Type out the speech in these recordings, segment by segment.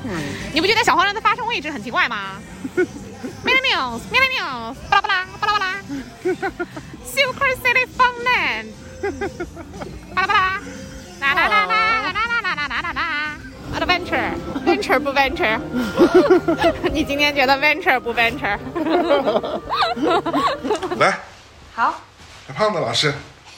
你不觉得小黄人的发声位置很奇怪吗？Millennials, millennials, 巴拉巴拉巴拉巴拉 ，Super City Funland， 巴拉巴拉，啦啦啦啦啦啦啦啦啦啦 ，Adventure 不 venture？ 你今天觉得 venture 不 venture？ 来， 好， 胖子老师。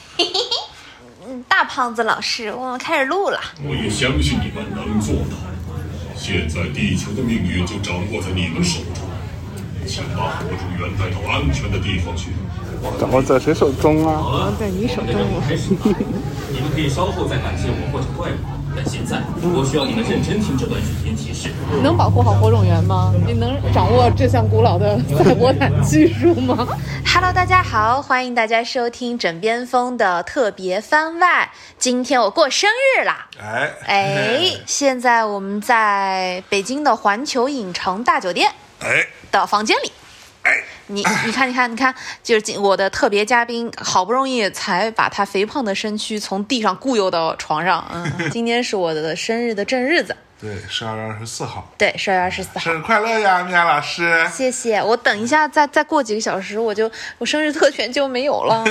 大胖子老师，我们开始录了。 我也相信你们能做到。现在地球的命运就掌握在你们手中，请把火种源带到安全的地方去。 掌握在谁手中啊？ 在你手中了。 你们可以稍后再感谢我或者怪我，但现在我需要你们认真听这段语音提示。 能保护好火种源吗？你能掌握这项古老的赛博坦技术吗？ Hello， 大家好，欢迎大家收听枕边风的特别番外。今天我过生日啦！现在我们在北京的环球影城大酒店的房间里。你看，就是我的特别嘉宾，好不容易才把他肥胖的身躯从地上固有到床上。今天是我的生日的正日子。 对，12月24号。 对，12月24号。 生日快乐呀，米娅老师！ 谢谢。我等一下再过几个小时，我生日特权就没有了。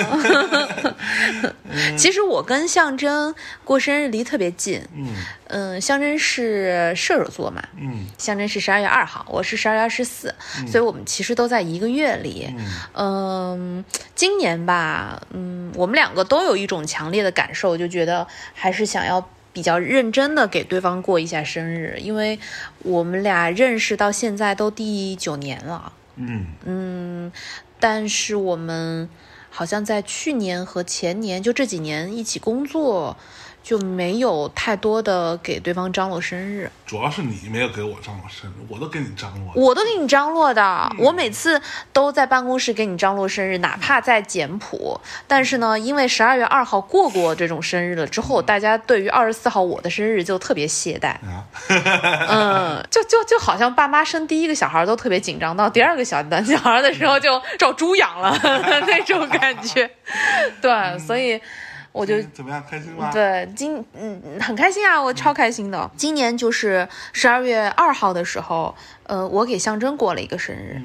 其实我跟象征过生日离特别近。象征是射手座嘛。象征是12月2号，我是12月24，所以我们其实都在一个月里。今年吧，我们两个都有一种强烈的感受，就觉得还是想要比较认真的给对方过一下生日，因为我们俩认识到现在都第9年了。但是我们好像在去年和前年就这几年一起工作，就没有太多的给对方张罗生日。 主要是你没有给我张罗生日，我都给你张罗。 我都给你张罗的，我每次都在办公室给你张罗生日，哪怕在简朴。但是呢，因为12月2号过这种生日了之后，大家对于24号我的生日就特别懈怠。就好像爸妈生第一个小孩都特别紧张，到第二个小孩的时候就照猪养了那种感觉。对，所以我就怎么样，开心吗？ 对，很开心啊，我超开心的。今年就是12月2号的时候，我给象征过了一个生日。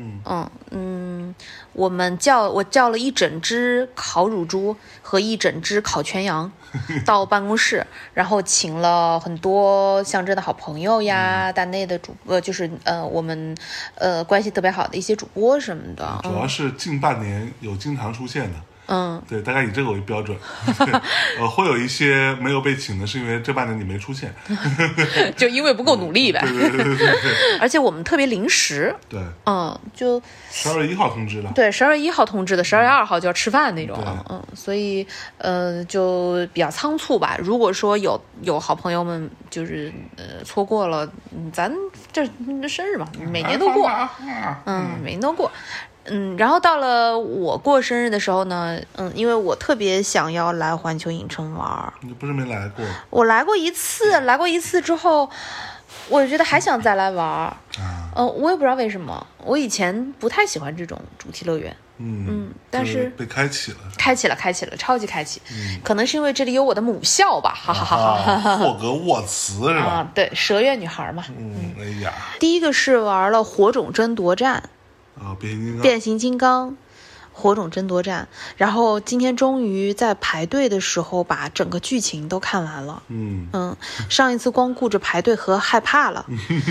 我叫了一整只烤乳猪和一整只烤全羊到办公室，然后请了很多象征的好朋友呀，大内的主播，就是我们关系特别好的一些主播什么的。 主要是近半年有经常出现的。对，大概以这个为标准。会有一些没有被请的，是因为这半年你没出现， 就因为不够努力呗。 对。 而且我们特别临时。对。就 12月1号通知的。 对，12月1号通知的，12月2号就要吃饭那种。所以就比较仓促吧。如果说有好朋友们就是错过了，咱这生日嘛，每年都过。每年都过。然后到了我过生日的时候呢，因为我特别想要来环球影城玩。 你不是没来过？我来过一次之后，我就觉得还想再来玩。我也不知道为什么，我以前不太喜欢这种主题乐园。但是被开启了， 超级开启。可能是因为这里有我的母校吧，哈哈哈哈。 霍格沃茨是吧？ 对，蛇月女孩嘛。 哎呀， 第一个是玩了火种争夺战。变形金刚火种争夺战，然后今天终于在排队的时候把整个剧情都看完了。上一次光顾着排队和害怕了。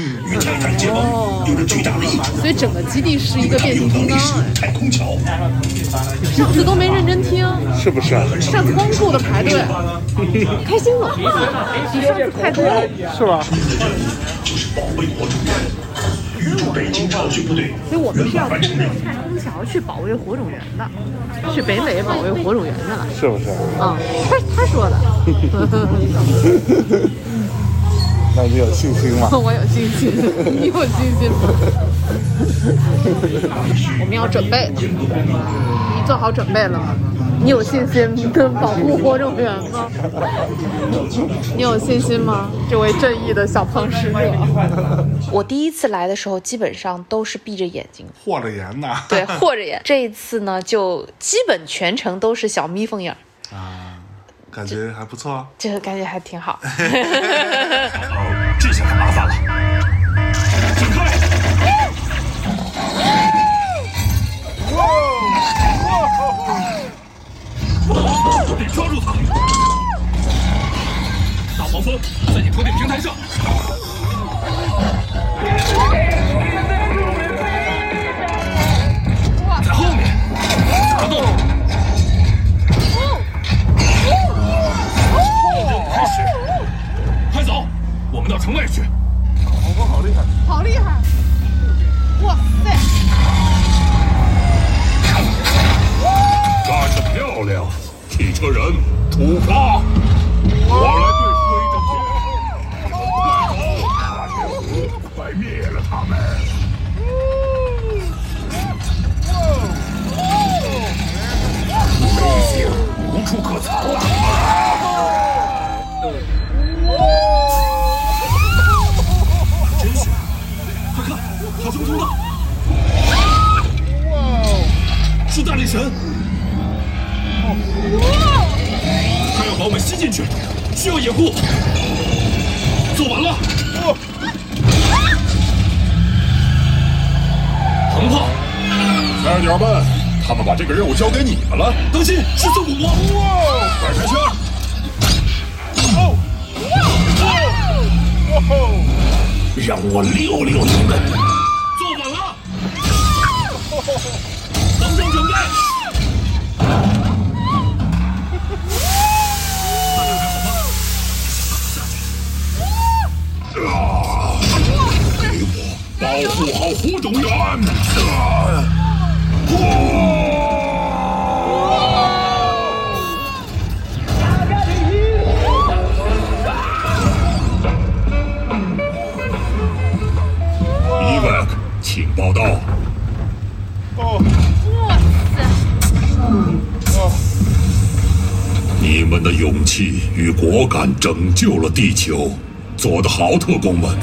所以整个基地是一个变形金刚。上次都没认真听， 是不是？ 上次光顾着排队，开心了，比上次太多了， 是吧？ 所以我们是要通过拆空桥去保卫火种源的，去北美保卫火种源的了， 是不是？ 他说的。 那你有信心吗？ 我有信心，你有信心吗？我们要准备的，你做好准备了吗？你有信心能保护火种源吗？你有信心吗？这位正义的小胖使者。 我第一次来的时候基本上都是闭着眼睛， 和着眼呐。 对，和着眼。这一次呢，就基本全程都是小眯缝眼感觉还不错。 这个感觉还挺好。 这下可麻烦了。 灭了他们。背景无处可藏了。真是，快看，好像通道。是大力神。他要把我们吸进去，需要掩护。做完了。横炮，菜鸟们，他们把这个任务交给你们了。当心，是宋古魔！快开枪！让我溜溜你们！做稳了，当正准备。给我保护好火种源！Evac， 请报道。你们的勇气与果敢拯救了地球，做得好，特工们！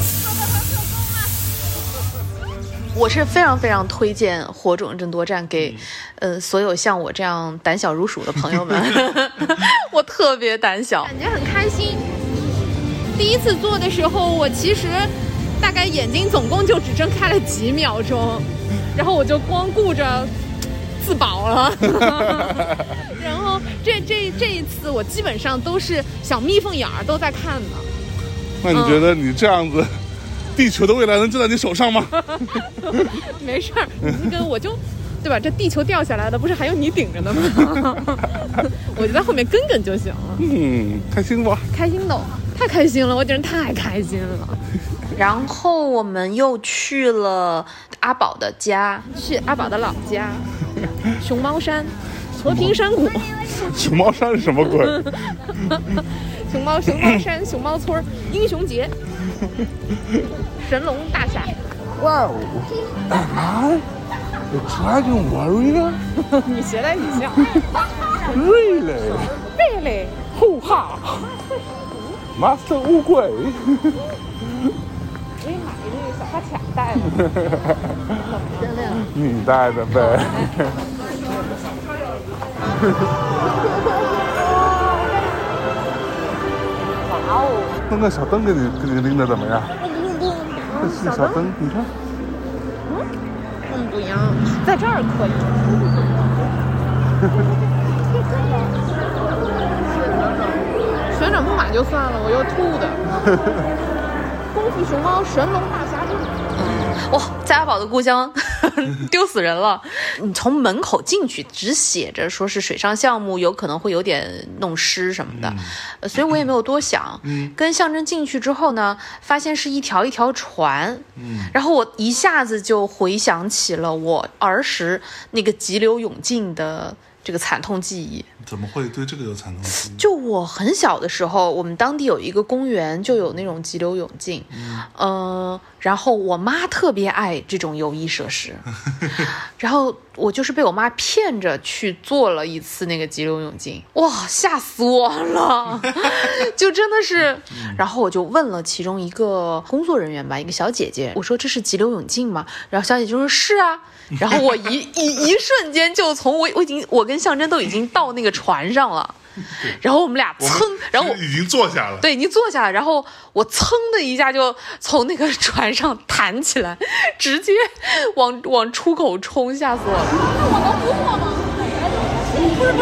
我是非常非常推荐《火种争夺战》给所有像我这样胆小如鼠的朋友们。我特别胆小， 感觉很开心。第一次做的时候，我其实大概眼睛总共就只睁开了几秒钟，然后我就光顾着自保了。然后这一次我基本上都是小眯缝眼儿都在看呢。 那你觉得你这样子，地球的未来能就在你手上吗？ 没事儿，跟我就，对吧？这地球掉下来的不是还有你顶着呢吗？我就在后面跟就行了。 开心不？ 开心的，太开心了，我简直太开心了。 然后我们又去了阿宝的家， 去阿宝的老家，熊猫山，和平山谷。 熊猫山是什么鬼？ 熊猫山，熊猫村，英雄节，神龙大侠。 哇哦 Am I a dragon warrior？ 你学得很像。 Really？ 呼哈 Master 乌龟。 可以买一个小花卡带的。 你带的呗。 哇哦！ 那小灯给你拎的怎么样？这小灯，你看。 不一样，在这儿可以。旋转木马就算了，我又吐的。功夫熊猫神龙大侠传。 哇，在阿宝的故乡丢死人了。你从门口进去只写着说是水上项目，有可能会有点弄湿什么的，所以我也没有多想。跟象征进去之后呢，发现是一条一条船，然后我一下子就回想起了我儿时那个急流勇进的这个惨痛记忆。 怎么会对这个有惨痛记忆？ 就我很小的时候，我们当地有一个公园，就有那种急流勇进，然后我妈特别爱这种游艺设施，然后我就是被我妈骗着去做了一次那个急流勇进，哇，吓死我了，就真的是，然后我就问了其中一个工作人员吧，一个小姐姐，我说这是急流勇进吗？然后小姐姐说是啊。然后我一瞬间就从我跟象征都已经到那个船上了，然后我们俩噌，然后我已经坐下了， 对，已经坐下了，然后我噌的一下就从那个船上弹起来，直接往出口冲，吓死我了。 我能不做吗？不是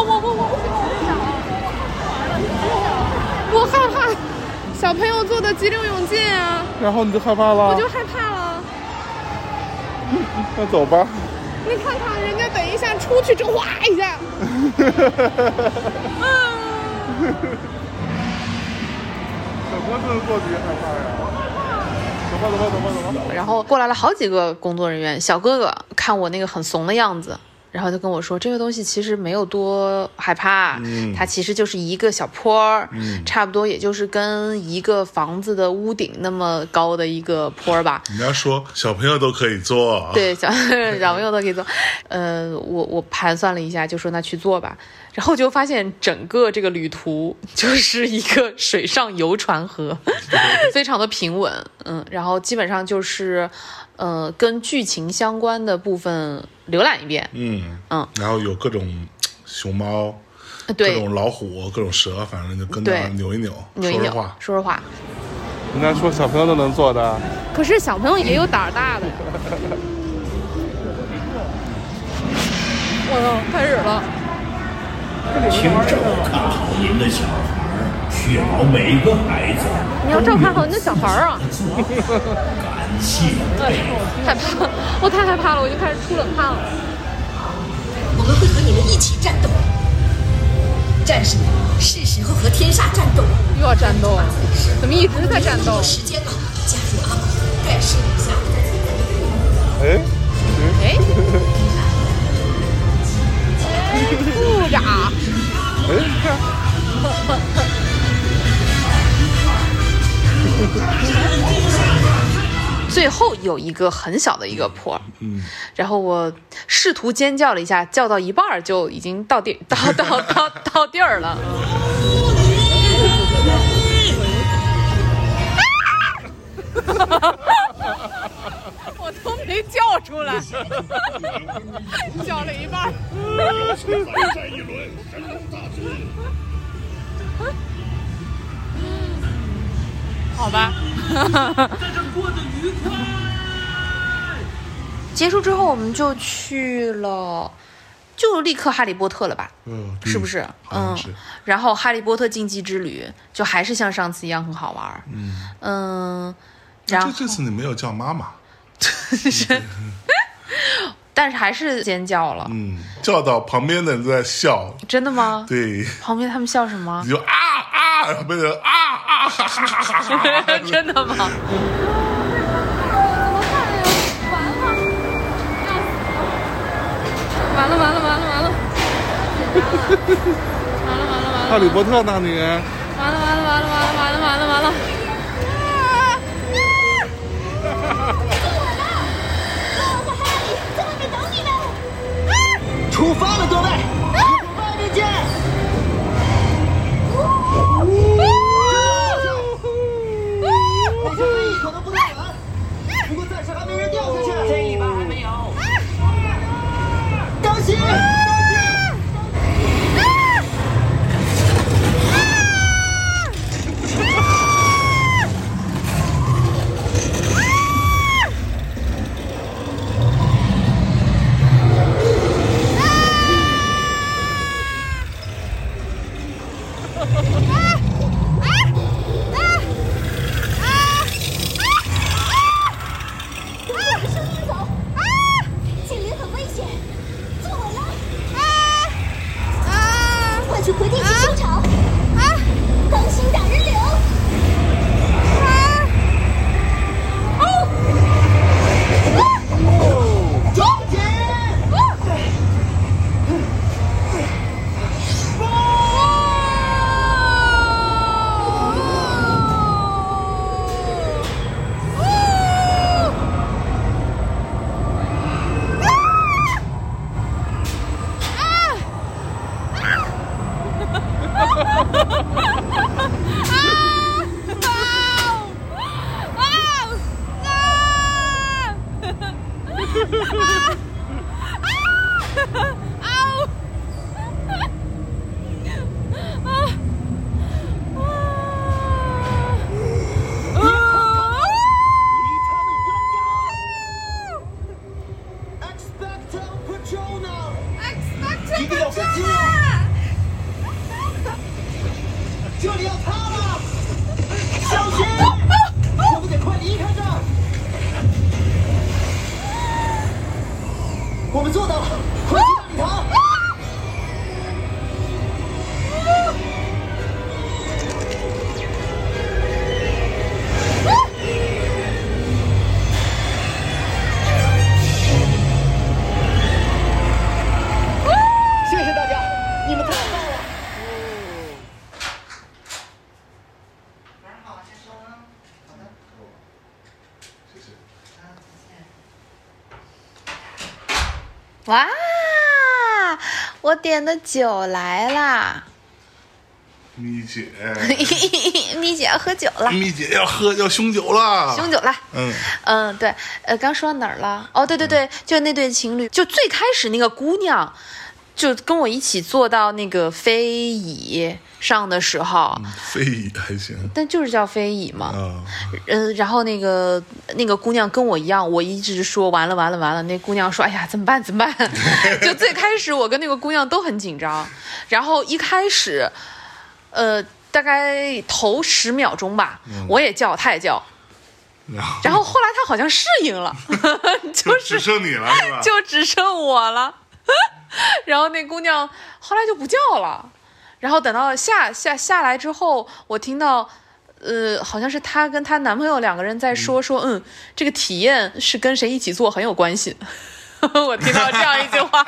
我害怕，小朋友做的急流勇进啊。 然后你就害怕了？ 我就害怕了。 那走吧。 你看看人家，等一下出去就哗一下。 小哥这过去害怕呀。走吧。 然后过来了好几个工作人员，小哥哥看我那个很怂的样子， 然后就跟我说这个东西其实没有多害怕，它其实就是一个小坡，差不多也就是跟一个房子的屋顶那么高的一个坡吧。 人家说小朋友都可以做， 对，小朋友都可以做。我盘算了一下，就说那去做吧。然后就发现整个这个旅途就是一个水上游船河，非常的平稳，然后基本上就是跟剧情相关的部分浏览一遍， 然后有各种熊猫， 对， 各种老虎，各种蛇，反正就跟那扭一扭，说说话。 人家说小朋友都能做的， 可是小朋友也有胆大的呀。开始了。 请照看好您的小孩，确保每个孩子。 你要照看好你的小孩啊！ 感谢。 害怕，我太害怕了，我就开始出冷汗了。 我们会和你们一起战斗，战士们，是时候和天煞战斗了。 又要战斗？怎么一直在战斗？ 有时间了，加入阿宝，盖世无下。部长。 最后有一个很小的一个坡，然后我试图尖叫了一下，叫到一半就已经到地儿了。 我都没叫出来，叫了一半。好吧。 结束之后我们就去了，就立刻哈利波特了吧？是不是？ 是。 然后哈利波特竞技之旅就还是像上次一样很好玩。然后这次你没有叫妈妈。 但是还是尖叫了， 叫到旁边的人都在笑。 真的吗？ 对， 旁边他们笑什么？ 你就旁边人哈哈哈哈， 真的吗？ 完了！ 哈利波特那里？ 完了！ 出发了，各位！外面见！那些飞翼可能不太远，不过暂时还没人掉下去。 这一把还没有。 当心！这里要塌了，小心！我们得快离开这儿。 哇，我点的酒来啦！ 咪姐， 咪姐要喝酒了。 咪姐要凶酒了， 凶酒了。对，刚说到哪儿了？哦，对，就那对情侣，就最开始那个姑娘，就跟我一起坐到那个飞椅上的时候， 飞椅还行， 但就是叫飞椅嘛。然后那个姑娘跟我一样，我一直说完了，那姑娘说哎呀怎么办？就最开始我跟那个姑娘都很紧张，然后一开始。大概头10秒钟吧，我也叫，他也叫，然后后来他好像适应了，就只剩你了是吧？ 就只剩我了，然后那姑娘后来就不叫了，然后等到下来之后，我听到好像是她跟她男朋友2个人在说，这个体验是跟谁一起做很有关系，我听到这样一句话。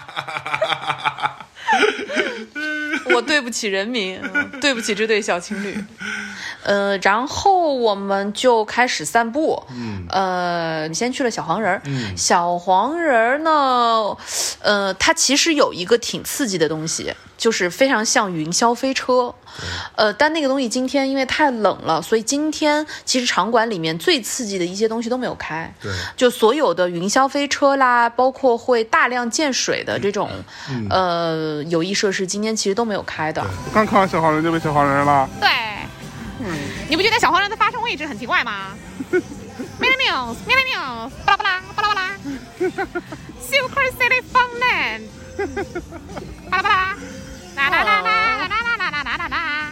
我对不起人民，对不起这对小情侣。然后我们就开始散步。先去了小黄人。小黄人呢，它其实有一个挺刺激的东西，就是非常像云霄飞车。但那个东西今天因为太冷了，所以今天其实场馆里面最刺激的一些东西都没有开。 对， 就所有的云霄飞车啦，包括会大量溅水的这种有益设施，今天其实都没有开的。 刚看完小黄人就被小黄人了。 对，你不觉得小黄人的发声位置很奇怪吗？Millennials，巴拉巴拉巴拉巴拉 ，Super City Funland， 巴拉巴拉，啦啦啦啦啦啦啦啦啦啦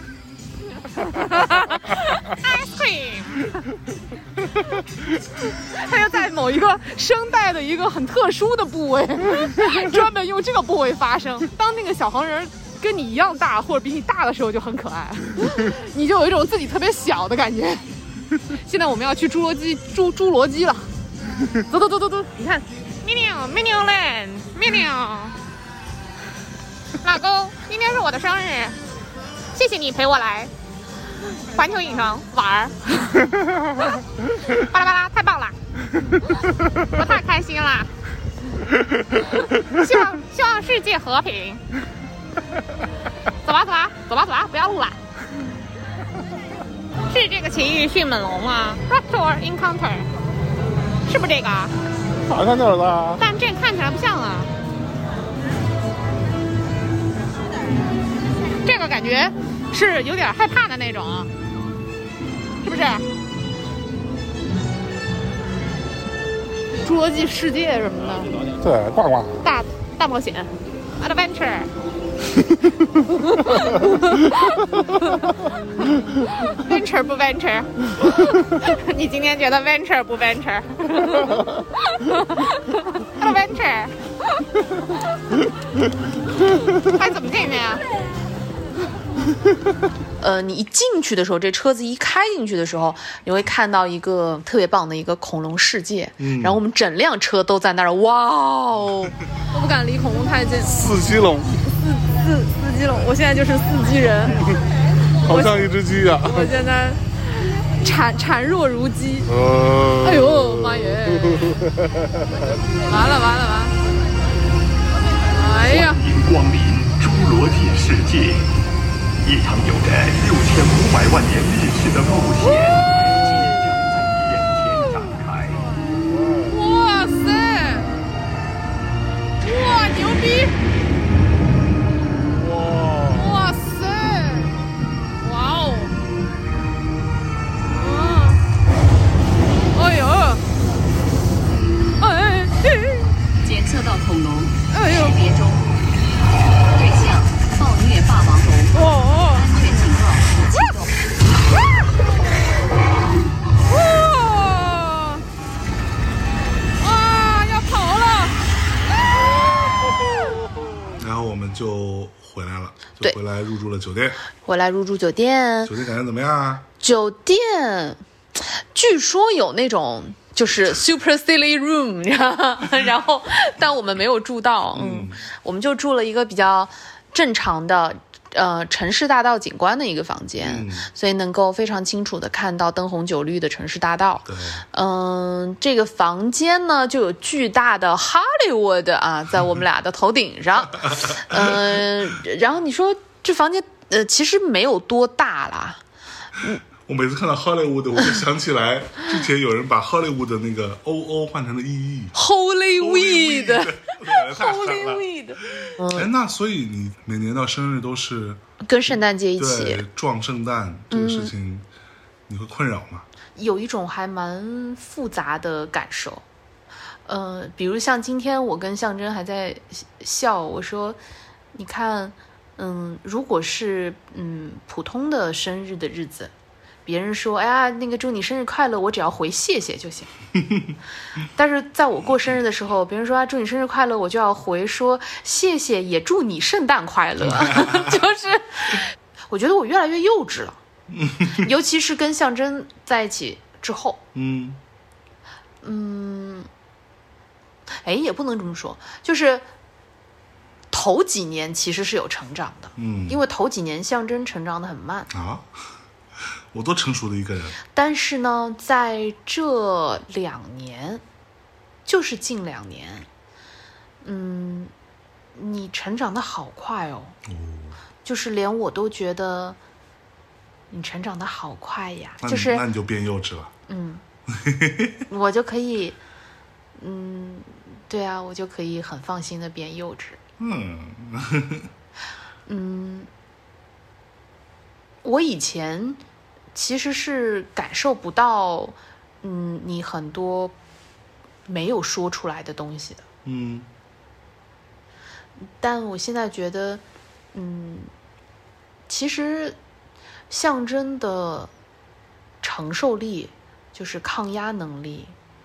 ，Ice cream。他要在某一个声带的一个很特殊的部位，专门用这个部位发声。当那个小黄人跟你一样大或者比你大的时候就很可爱，你就有一种自己特别小的感觉。现在我们要去侏罗纪了，走，你看 Minion Land， 老公，今天是我的生日，谢谢你陪我来环球影城玩儿，巴拉巴拉，太棒了，我太开心了，希望世界和平。走吧，不要录了。是这个奇遇迅猛龙吗 ？Raptor Encounter， 是不是这个？ 咋看就是的？ 但这看起来不像啊。这个感觉是有点害怕的那种，是不是？侏罗纪世界什么的。 对，逛逛。 大冒险 ，Adventure。venture 不 venture？ 你今天觉得 venture 不 venture？Adventure 还怎么进去呀？ 你一进去的时候，这车子一开进去的时候，你会看到一个特别棒的一个恐龙世界。然后我们整辆车都在那儿，哇哦！我不敢离恐龙太近。 4鸡龙。 四鸡龙，我现在就是4鸡人， 好像一只鸡啊！ 我现在孱弱如鸡。哎呦妈耶！完了！哎呀！ 欢迎光临侏罗纪世界，一场有着6500万年历史的冒险即将在你眼前展开。 哇塞！哇，牛逼！ 检测到恐龙，识别中，对象暴虐霸王龙，安全警告启动。 要跑了！ 然后我们就回来了，就回来入住了酒店。 入住酒店。 酒店感觉怎么样啊？ 酒店据说有那种。就是 super silly room， 然后但我们没有住到，我们就住了一个比较正常的城市大道景观的一个房间，所以能够非常清楚的看到灯红酒绿的城市大道。这个房间呢就有巨大的 Hollywood 啊在我们俩的头顶上。然后你说这房间其实没有多大啦。 我每次看到 Hollywood 我就想起来之前有人把 Hollywood 的那个 OO 换成了 EE Hollywood 那所以你每年到生日都是跟圣诞节一起对撞圣诞这个事情你会困扰吗？ 有一种还蛮复杂的感受。比如像今天我跟象征还在笑，我说你看如果是普通的生日的日子，别人说哎呀那个祝你生日快乐，我只要回谢谢就行。但是在我过生日的时候，别人说祝你生日快乐，我就要回说谢谢也祝你圣诞快乐。就是我觉得我越来越幼稚了。尤其是跟象征在一起之后。也不能这么说，就是头几年其实是有成长的。因为头几年象征成长的很慢啊，我多成熟的一个人。 但是呢在这2年，就是近2年，你成长的好快哦。就是连我都觉得你成长的好快呀。就是那你就变幼稚了。 我就可以对啊，我就可以很放心的变幼稚。我以前其实是感受不到你很多没有说出来的东西的。但我现在觉得其实象征的承受力就是抗压能力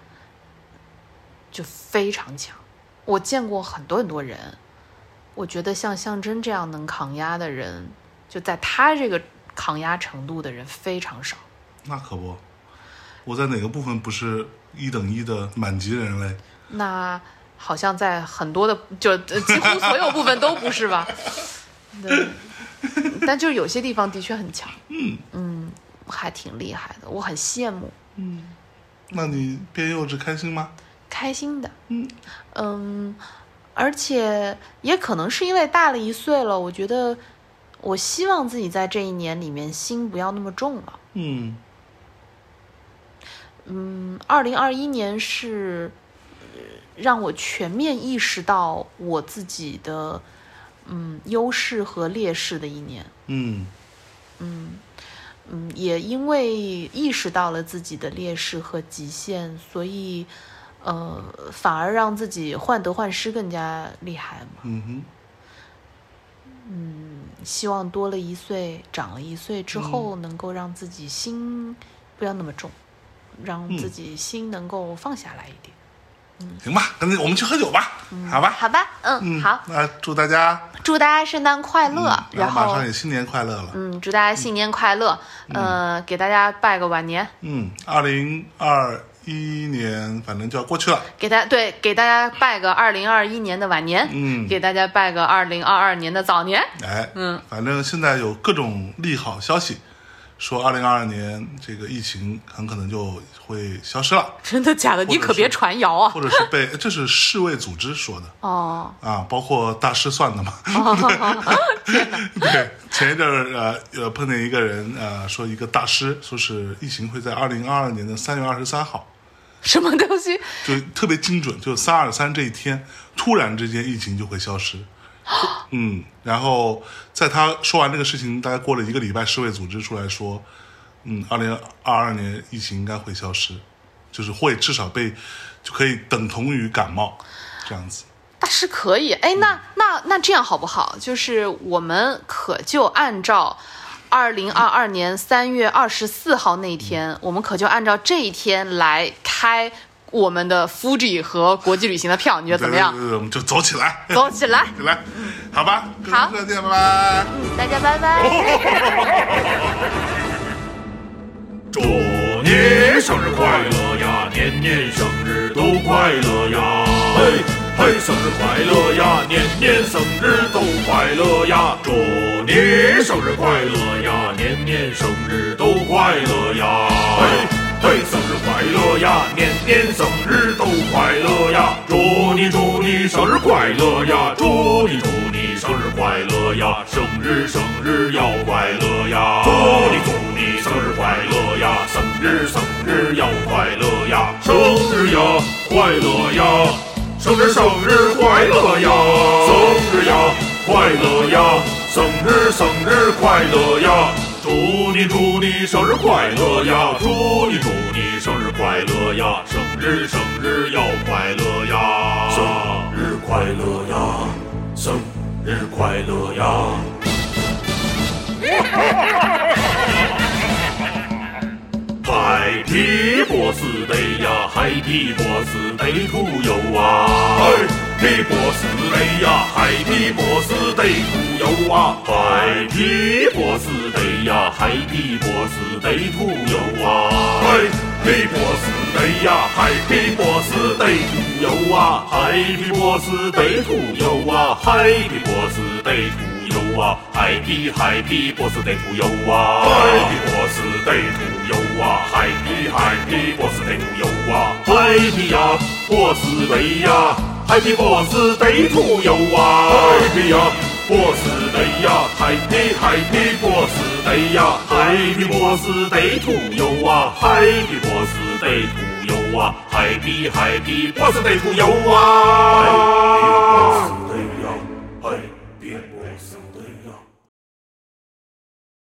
就非常强。我见过很多很多人，我觉得像象征这样能抗压的人，就在他这个抗压程度的人非常少。 那可不，我在哪个部分不是1等1的满级人类？ 那好像在很多的就几乎所有部分都不是吧。对，但就是有些地方的确很强。还挺厉害的，我很羡慕。 那你变幼稚开心吗？ 开心的。而且也可能是因为大了1岁了，我觉得我希望自己在这1年里面心不要那么重了。2021年是让我全面意识到我自己的优势和劣势的1年。也因为意识到了自己的劣势和极限，所以反而让自己患得患失更加厉害嘛。希望多了1岁，长了1岁之后，能够让自己心不要那么重，让自己心能够放下来一点。 行吧，那我们去喝酒吧。好吧， 好吧，好。 那祝大家圣诞快乐， 然后马上也新年快乐了。 祝大家新年快乐。给大家拜个晚年。 2021年反正就要过去了， 给大家拜个2021年的晚年。给大家拜个2022年的早年。 反正现在有各种利好消息，说2022年这个疫情很可能就会消失了。 真的假的？你可别传谣啊！ 或者是这是世卫组织说的。包括大师算的嘛。对，前一阵碰见一个人说一个大师说是疫情会在2022年的3月23号。 什么东西？ 就特别精准，就323这一天，突然之间疫情就会消失。然后在他说完这个事情，大概过了1个礼拜，世卫组织出来说，2022年疫情应该会消失，就是会至少就可以等同于感冒这样子。 大师可以，那这样好不好？就是我们可就按照2022年3月24号那天，我们可就按照这一天来开我们的 Fuji 和国际旅行的票，你觉得怎么样？ 对，我们就走起来， 走起来， 好吧， 好， 再见，拜拜。 大家拜拜。 祝你生日快乐呀，年年生日都快乐呀，嘿，生日快乐呀，年年生日都快乐呀，祝你你生日快乐呀，年年生日都快乐呀！嘿，生日快乐呀，年年生日都快乐呀！祝你生日快乐呀！祝你生日快乐呀！生日要快乐呀！祝你生日快乐呀！生日要快乐呀！生日呀快乐呀！生日快乐呀！生日呀快乐呀！生日快乐呀！祝你生日快乐呀！祝你生日快乐呀！生日要快乐呀！生日快乐呀！生日快乐呀！Happy birthday 呀 ，Happy birthday to you 啊 ！Happy birthday 呀 ，Happy birthday to you 啊 ！Happy birthday 呀 ，Happy birthday to you 啊 ！Happy birthday 呀 ，Happy birthday to you 啊 ！Happy birthday to you 啊 ！Happy birthday to you 啊 ！Happy birthday to you 啊 ！Happy birthday to you 啊 ！Happy birthday to you 啊 ！Happy 呀 birthday 呀 ！Happy birthday to you 啊 ！Happy 呀 birthday 呀 ！Happy birthday 呀 ！Happy birthday to you 啊 ！Happy birthday to you 啊 ！Happy birthday to you 啊！